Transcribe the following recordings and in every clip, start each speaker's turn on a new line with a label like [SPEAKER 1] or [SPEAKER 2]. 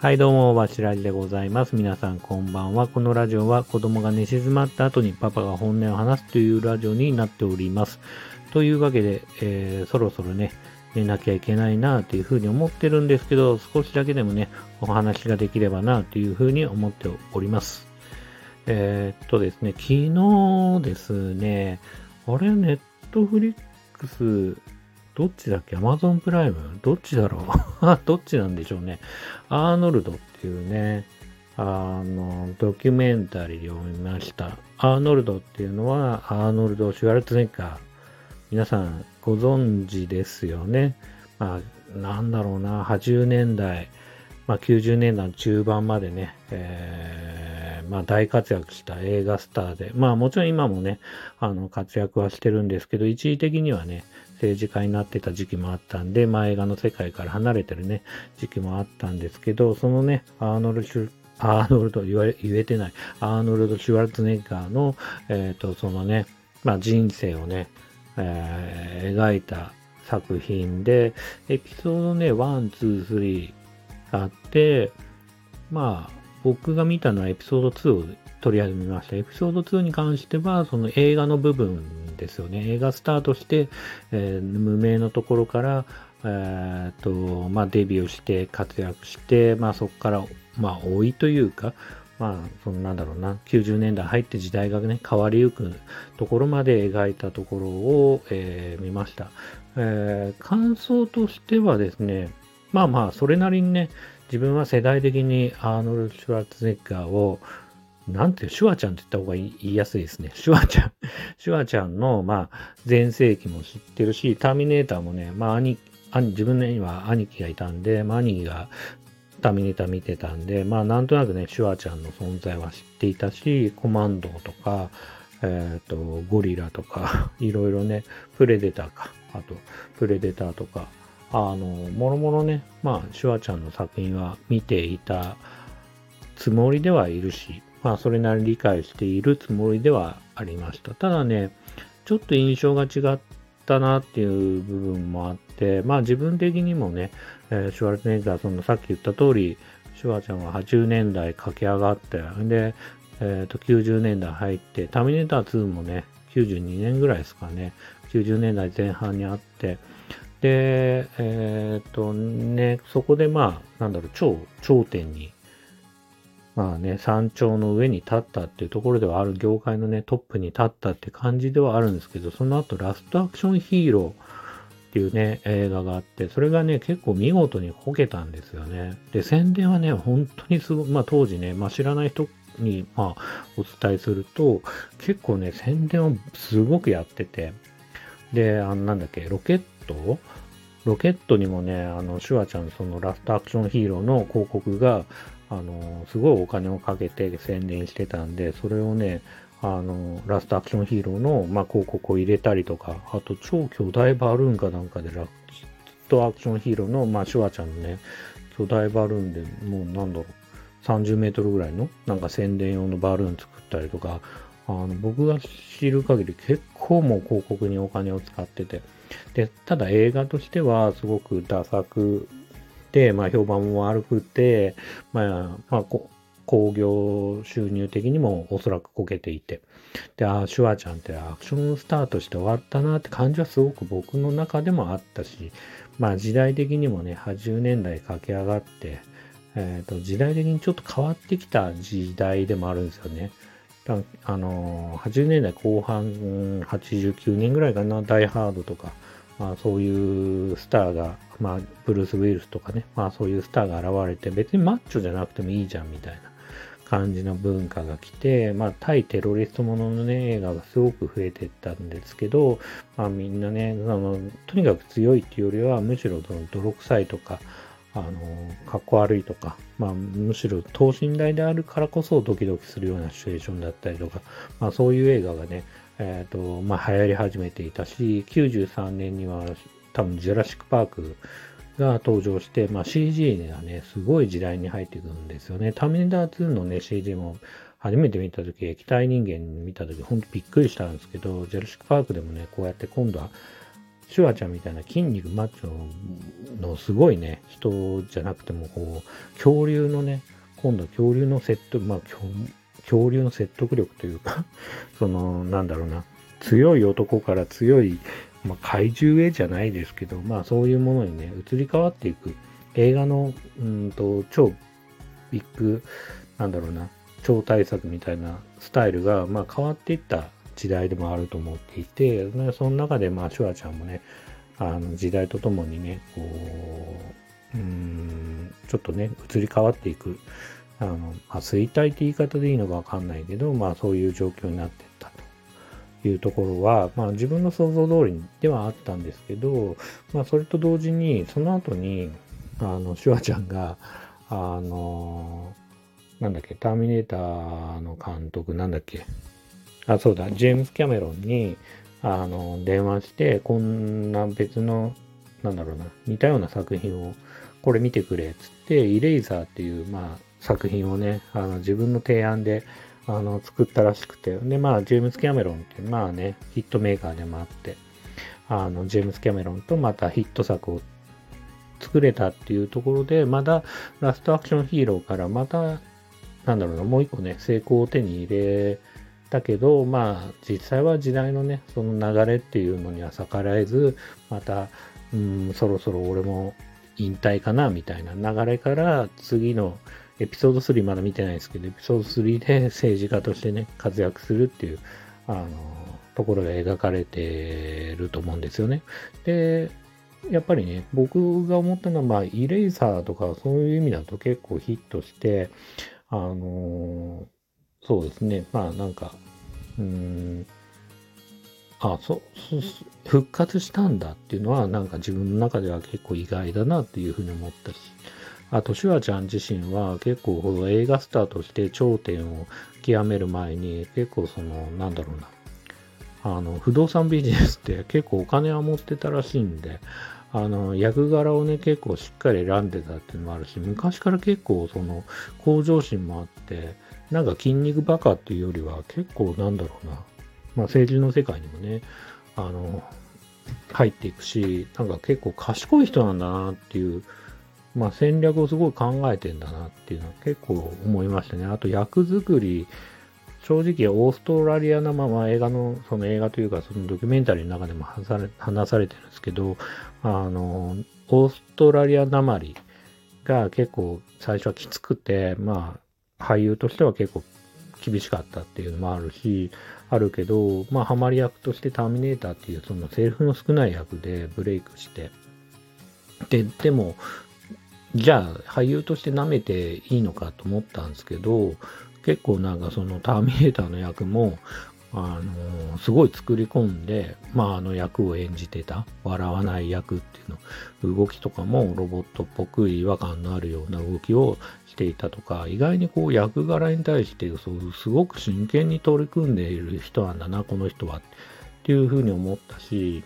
[SPEAKER 1] はいどうも、わしらじでございます。皆さんこんばんは。このラジオは子供が寝静まった後にパパが本音を話すというラジオになっております。というわけで、そろそろね、寝なきゃいけないなというふうに思ってるんですけど、少しだけでもね、お話ができればなというふうに思っております。ですね、昨日ですね、あれ、ネットフリックス、どっちだっけ？ Amazon プライムどっちだろうどっちなんでしょうね。アーノルドっていうね、ドキュメンタリーを見ました。アーノルドっていうのは、アーノルド・シュワルツェネッガー。皆さんご存知ですよね。まあ、なんだろうな、80年代、90年代の中盤までね、大活躍した映画スターで、もちろん今もね、活躍はしてるんですけど、一時的にはね、政治家になってた時期もあったんで、映画の世界から離れてるね、時期もあったんですけど、そのね、アーノルド言えてない、アーノルド・シュワルツェネッガーの、そのね、人生をね、描いた作品で、エピソードね、1、2、3があって、僕が見たのはエピソード2をとりあえず見ました。エピソード2に関しては、その映画の部分ですよね。映画スタートして、無名のところから、デビューして活躍して、そこから、老いというか、なんだろうな、90年代入って時代がね、変わりゆくところまで描いたところを、見ました。感想としてはですね、それなりにね、自分は世代的にアーノルド・シュワルツェネッガーを、シュワちゃんって言った方が言いやすいですね。シュワちゃんの、全盛期も知ってるし、ターミネーターもね、自分には兄貴がいたんで、兄貴がターミネーター見てたんで、なんとなくね、シュワちゃんの存在は知っていたし、コマンドとか、ゴリラとか、いろいろね、プレデターとか、もろもろね、シュワちゃんの作品は見ていたつもりではいるし、それなりに理解しているつもりではありました。ただね、ちょっと印象が違ったなっていう部分もあって、自分的にもね、シュワルツェネッガー、さっき言った通り、シュワちゃんは80年代駆け上がって、で、90年代入って、ターミネーター2もね、92年ぐらいですかね、90年代前半にあって、で、そこで頂点に、山頂の上に立ったっていうところではある、業界のね、トップに立ったって感じではあるんですけど、その後、ラストアクションヒーローっていうね、映画があって、それがね、結構見事にこけたんですよね。で、宣伝はね、本当にすごい、当時ね、知らない人に、お伝えすると、結構ね、宣伝をすごくやってて、で、ロケットにもね、シュワちゃん、そのラストアクションヒーローの広告が、すごいお金をかけて宣伝してたんで、それをね、ラストアクションヒーローの、広告を入れたりとか、あと超巨大バルーンかなんかでラストアクションヒーローの、シュワちゃんのね、巨大バルーンでもう30メートルぐらいの宣伝用のバルーン作ったりとか、僕が知る限り結構もう広告にお金を使ってて、で、ただ映画としてはすごくダ作で、評判も悪くて、興行収入的にもおそらくこけていて、で、シュワちゃんってアクションスターとして終わったなって感じはすごく僕の中でもあったし、時代的にもね、80年代駆け上がって、時代的にちょっと変わってきた時代でもあるんですよね。80年代後半、89年ぐらいかな、ダイハードとか、そういうスターが、ブルース・ウィルスとかね、そういうスターが現れて、別にマッチョじゃなくてもいいじゃんみたいな感じの文化が来て、対テロリストもののね、映画がすごく増えていったんですけど、みんなね、とにかく強いっていうよりは、むしろ泥臭いとか、かっこ悪いとか、むしろ等身大であるからこそドキドキするようなシチュエーションだったりとか、そういう映画がね、流行り始めていたし、93年には多分ジュラシックパークが登場して、CG がね、すごい時代に入ってくるんですよね。ターミネーター2のね、CG も初めて見たとき、液体人間見たとき、ほんとびっくりしたんですけど、ジュラシックパークでもね、こうやって今度はシュワちゃんみたいな筋肉マッチョのすごいね、人じゃなくても、こう、恐竜のね、今度恐竜の恐竜の説得力というか、なんだろうな、強い男から強い、怪獣へじゃないですけど、そういうものにね、移り変わっていく映画の、超ビッグ、なんだろうな、超大作みたいなスタイルが、変わっていった時代でもあると思っていて、その中で、シュワちゃんもね、時代とともにね、こう、ちょっとね、移り変わっていく、衰退って言い方でいいのかわかんないけど、そういう状況になっていったというところは、自分の想像通りではあったんですけど、それと同時に、その後に、シュワちゃんが、なんだっけ、ターミネーターの監督、なんだっけ、そうだ、ジェームス・キャメロンに、電話して、こんな別の、なんだろうな、似たような作品を、これ見てくれ、つって、イレイザーっていう、作品をね、自分の提案で、作ったらしくて、で、ジェームス・キャメロンって、ヒットメーカーでもあって、ジェームス・キャメロンとまたヒット作を作れたっていうところで、まだラストアクションヒーローからまた、なんだろうな、もう一個ね、成功を手に入れたけど、実際は時代のね、その流れっていうのには逆らえず、また、そろそろ俺も引退かな、みたいな流れから、次のエピソード3まだ見てないですけど、エピソード3で政治家としてね、活躍するっていう、ところが描かれてると思うんですよね。で、やっぱりね、僕が思ったのは、イレイサーとかそういう意味だと結構ヒットして、そうですね、なんか、うーん、復活したんだっていうのは、なんか自分の中では結構意外だなっていうふうに思ったし、あと、シュワちゃん自身は結構映画スターとして頂点を極める前に、結構なんだろうな、不動産ビジネスって結構お金は持ってたらしいんで、役柄をね、結構しっかり選んでたっていうのもあるし、昔から結構向上心もあって、なんか筋肉バカっていうよりは結構なんだろうな、政治の世界にもね、入っていくし、なんか結構賢い人なんだなっていう、戦略をすごい考えてんだなっていうのは結構思いましたね。あと役作り、正直オーストラリアな映画の、その映画というかそのドキュメンタリーの中でも話されてるんですけど、オーストラリアなまりが結構最初はきつくて、俳優としては結構厳しかったっていうのもあるけど、ハマり役としてターミネーターっていうそのセリフの少ない役でブレイクして、でも、じゃあ俳優として舐めていいのかと思ったんですけど、結構なんかそのターミネーターの役も、すごい作り込んで、役を演じてた、笑わない役っていうの、動きとかもロボットっぽく違和感のあるような動きをしていたとか、意外にこう役柄に対してすごく真剣に取り組んでいる人なんだな、この人は。っていうふうに思ったし、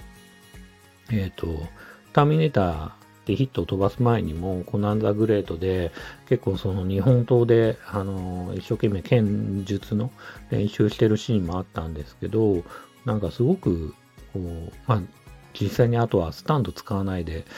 [SPEAKER 1] ターミネーターでヒットを飛ばす前にも、コナンザグレートで、結構日本刀で、一生懸命剣術の練習してるシーンもあったんですけど、なんかすごく、こう、実際にあとはスタンド使わないで、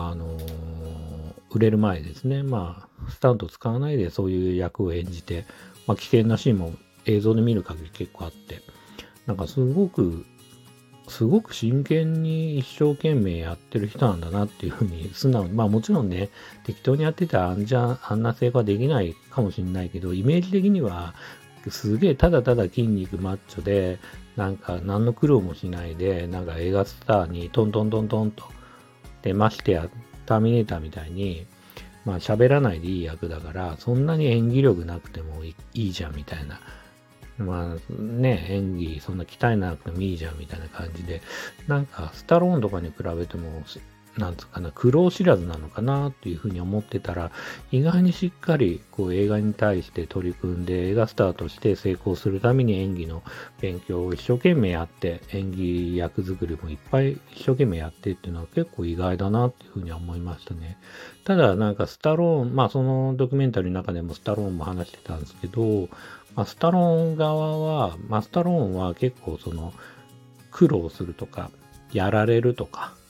[SPEAKER 1] 売れる前ですね、スタンド使わないでそういう役を演じて、危険なシーンも映像で見る限り結構あって、なんかすごく真剣に一生懸命やってる人なんだなっていうふうに素直に、もちろんね、適当にやってたらあんな成果はできないかもしれないけど、イメージ的にはすげえただただ筋肉マッチョで、なんか何の苦労もしないで、なんか映画スターにトントントントンと、で、ましてやターミネーターみたいに、喋らないでいい役だから、そんなに演技力なくてもいいじゃんみたいな。演技そんな鍛えなくてもいいじゃんみたいな感じで、なんかスタローンとかに比べても、なんつうかな、苦労知らずなのかなっていうふうに思ってたら、意外にしっかりこう映画に対して取り組んで、映画スターとして成功するために演技の勉強を一生懸命やって、演技役作りもいっぱい一生懸命やってっていうのは結構意外だなっていうふうには思いましたね。ただなんかスタローン、そのドキュメンタリーの中でもスタローンも話してたんですけど、スタローン側は、スタローンは結構苦労するとか、やられるとか、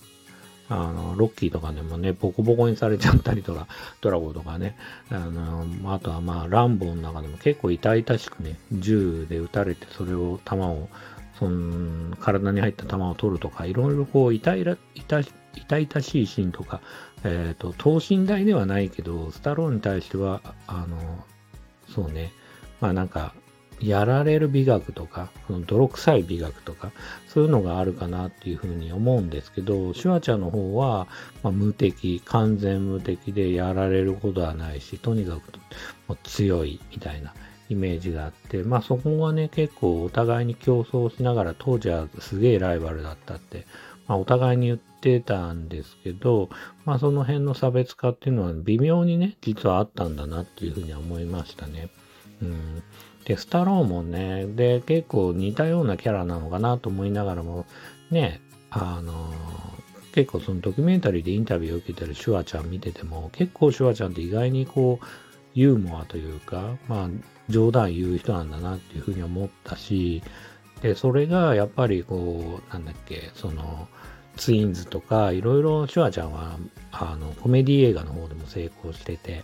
[SPEAKER 1] ロッキーとかでもね、ボコボコにされちゃったりとか、ドラゴンとかね、あとはまあ、ランボーの中でも結構痛々しくね、銃で撃たれて、それを、弾を、体に入った弾を取るとか、いろいろこう、痛々しいシーンとか、等身大ではないけど、スタローンに対しては、そうね、まあなんか、やられる美学とか、その泥臭い美学とか、そういうのがあるかなっていうふうに思うんですけど、シュワちゃんの方は、まあ、無敵、完全無敵でやられることはないし、とにかくもう強いみたいなイメージがあって、まあそこはね、結構お互いに競争しながら、当時はすげえライバルだったって、まあお互いに言ってたんですけど、まあその辺の差別化っていうのは微妙にね、実はあったんだなっていうふうには思いましたね。で、スタローンもね、で、結構似たようなキャラなのかなと思いながらも、ね、結構そのドキュメンタリーでインタビューを受けてるシュワちゃん見てても、結構シュワちゃんって意外にこう、ユーモアというか、まあ、冗談言う人なんだなっていうふうに思ったし、で、それがやっぱりこう、なんだっけ、ツインズとか、いろいろシュワちゃんは、コメディ映画の方でも成功してて、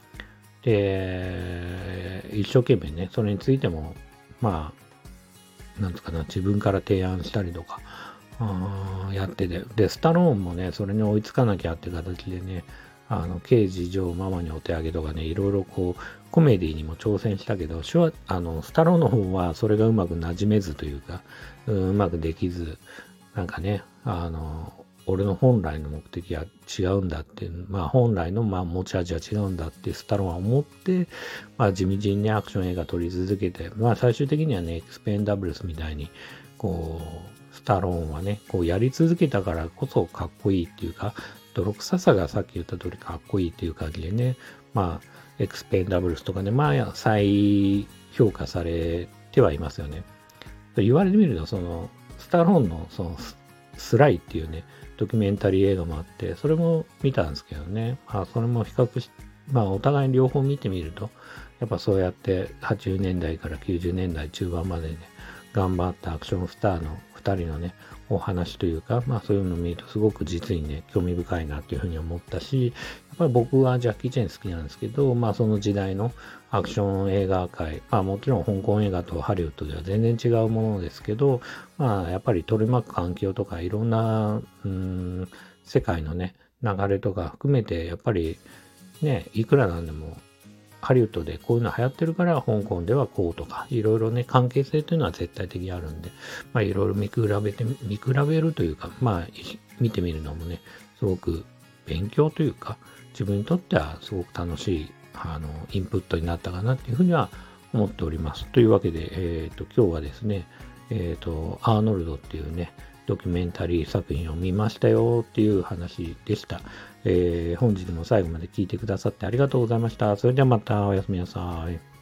[SPEAKER 1] で、一生懸命ね、それについても、まあ、なんつうかな、自分から提案したりとか、やってて、で、スタローンもね、それに追いつかなきゃって形でね、刑事上ママにお手上げとかね、いろいろこう、コメディにも挑戦したけど、スタローンの方はそれがうまく馴染めずというか、うまくできず、なんかね、俺の本来の目的は違うんだっていう、まあ本来の持ち味は違うんだってスタローンは思って、まあ地道にね、アクション映画撮り続けて、まあ最終的にはね、エクスペンダブルスみたいに、こう、スタローンはね、こうやり続けたからこそかっこいいっていうか、泥臭さがさっき言った通りかっこいいっていう感じでね、まあ、エクスペンダブルスとかね、まあ再評価されてはいますよね。言われてみると、スタローンのスライっていうね、ドキュメンタリー映画もあって、それも見たんですけどね。まあ、それも比較し、まあ、お互いに両方見てみると、やっぱそうやって80年代から90年代中盤までね、頑張ったアクションスターの2人のね、お話というか、まあそういうのを見るとすごく実にね、興味深いなというふうに思ったし、やっぱり僕はジャッキー・チェン好きなんですけど、まあその時代のアクション映画界、まあもちろん香港映画とハリウッドでは全然違うものですけど、まあやっぱり取り巻く環境とかいろんな、世界のね、流れとか含めて、やっぱりね、いくらなんでもハリウッドでこういうの流行ってるから香港ではこうとか、いろいろね、関係性というのは絶対的にあるんで、まあいろいろ見比べるというか、まあ見てみるのもね、すごく勉強というか、自分にとってはすごく楽しい、インプットになったかなっていうふうには思っております。というわけで、今日はですね、アーノルドっていうね、ドキュメンタリー作品を見ましたよっていう話でした。本日も最後まで聞いてくださってありがとうございました。それではまたおやすみなさい。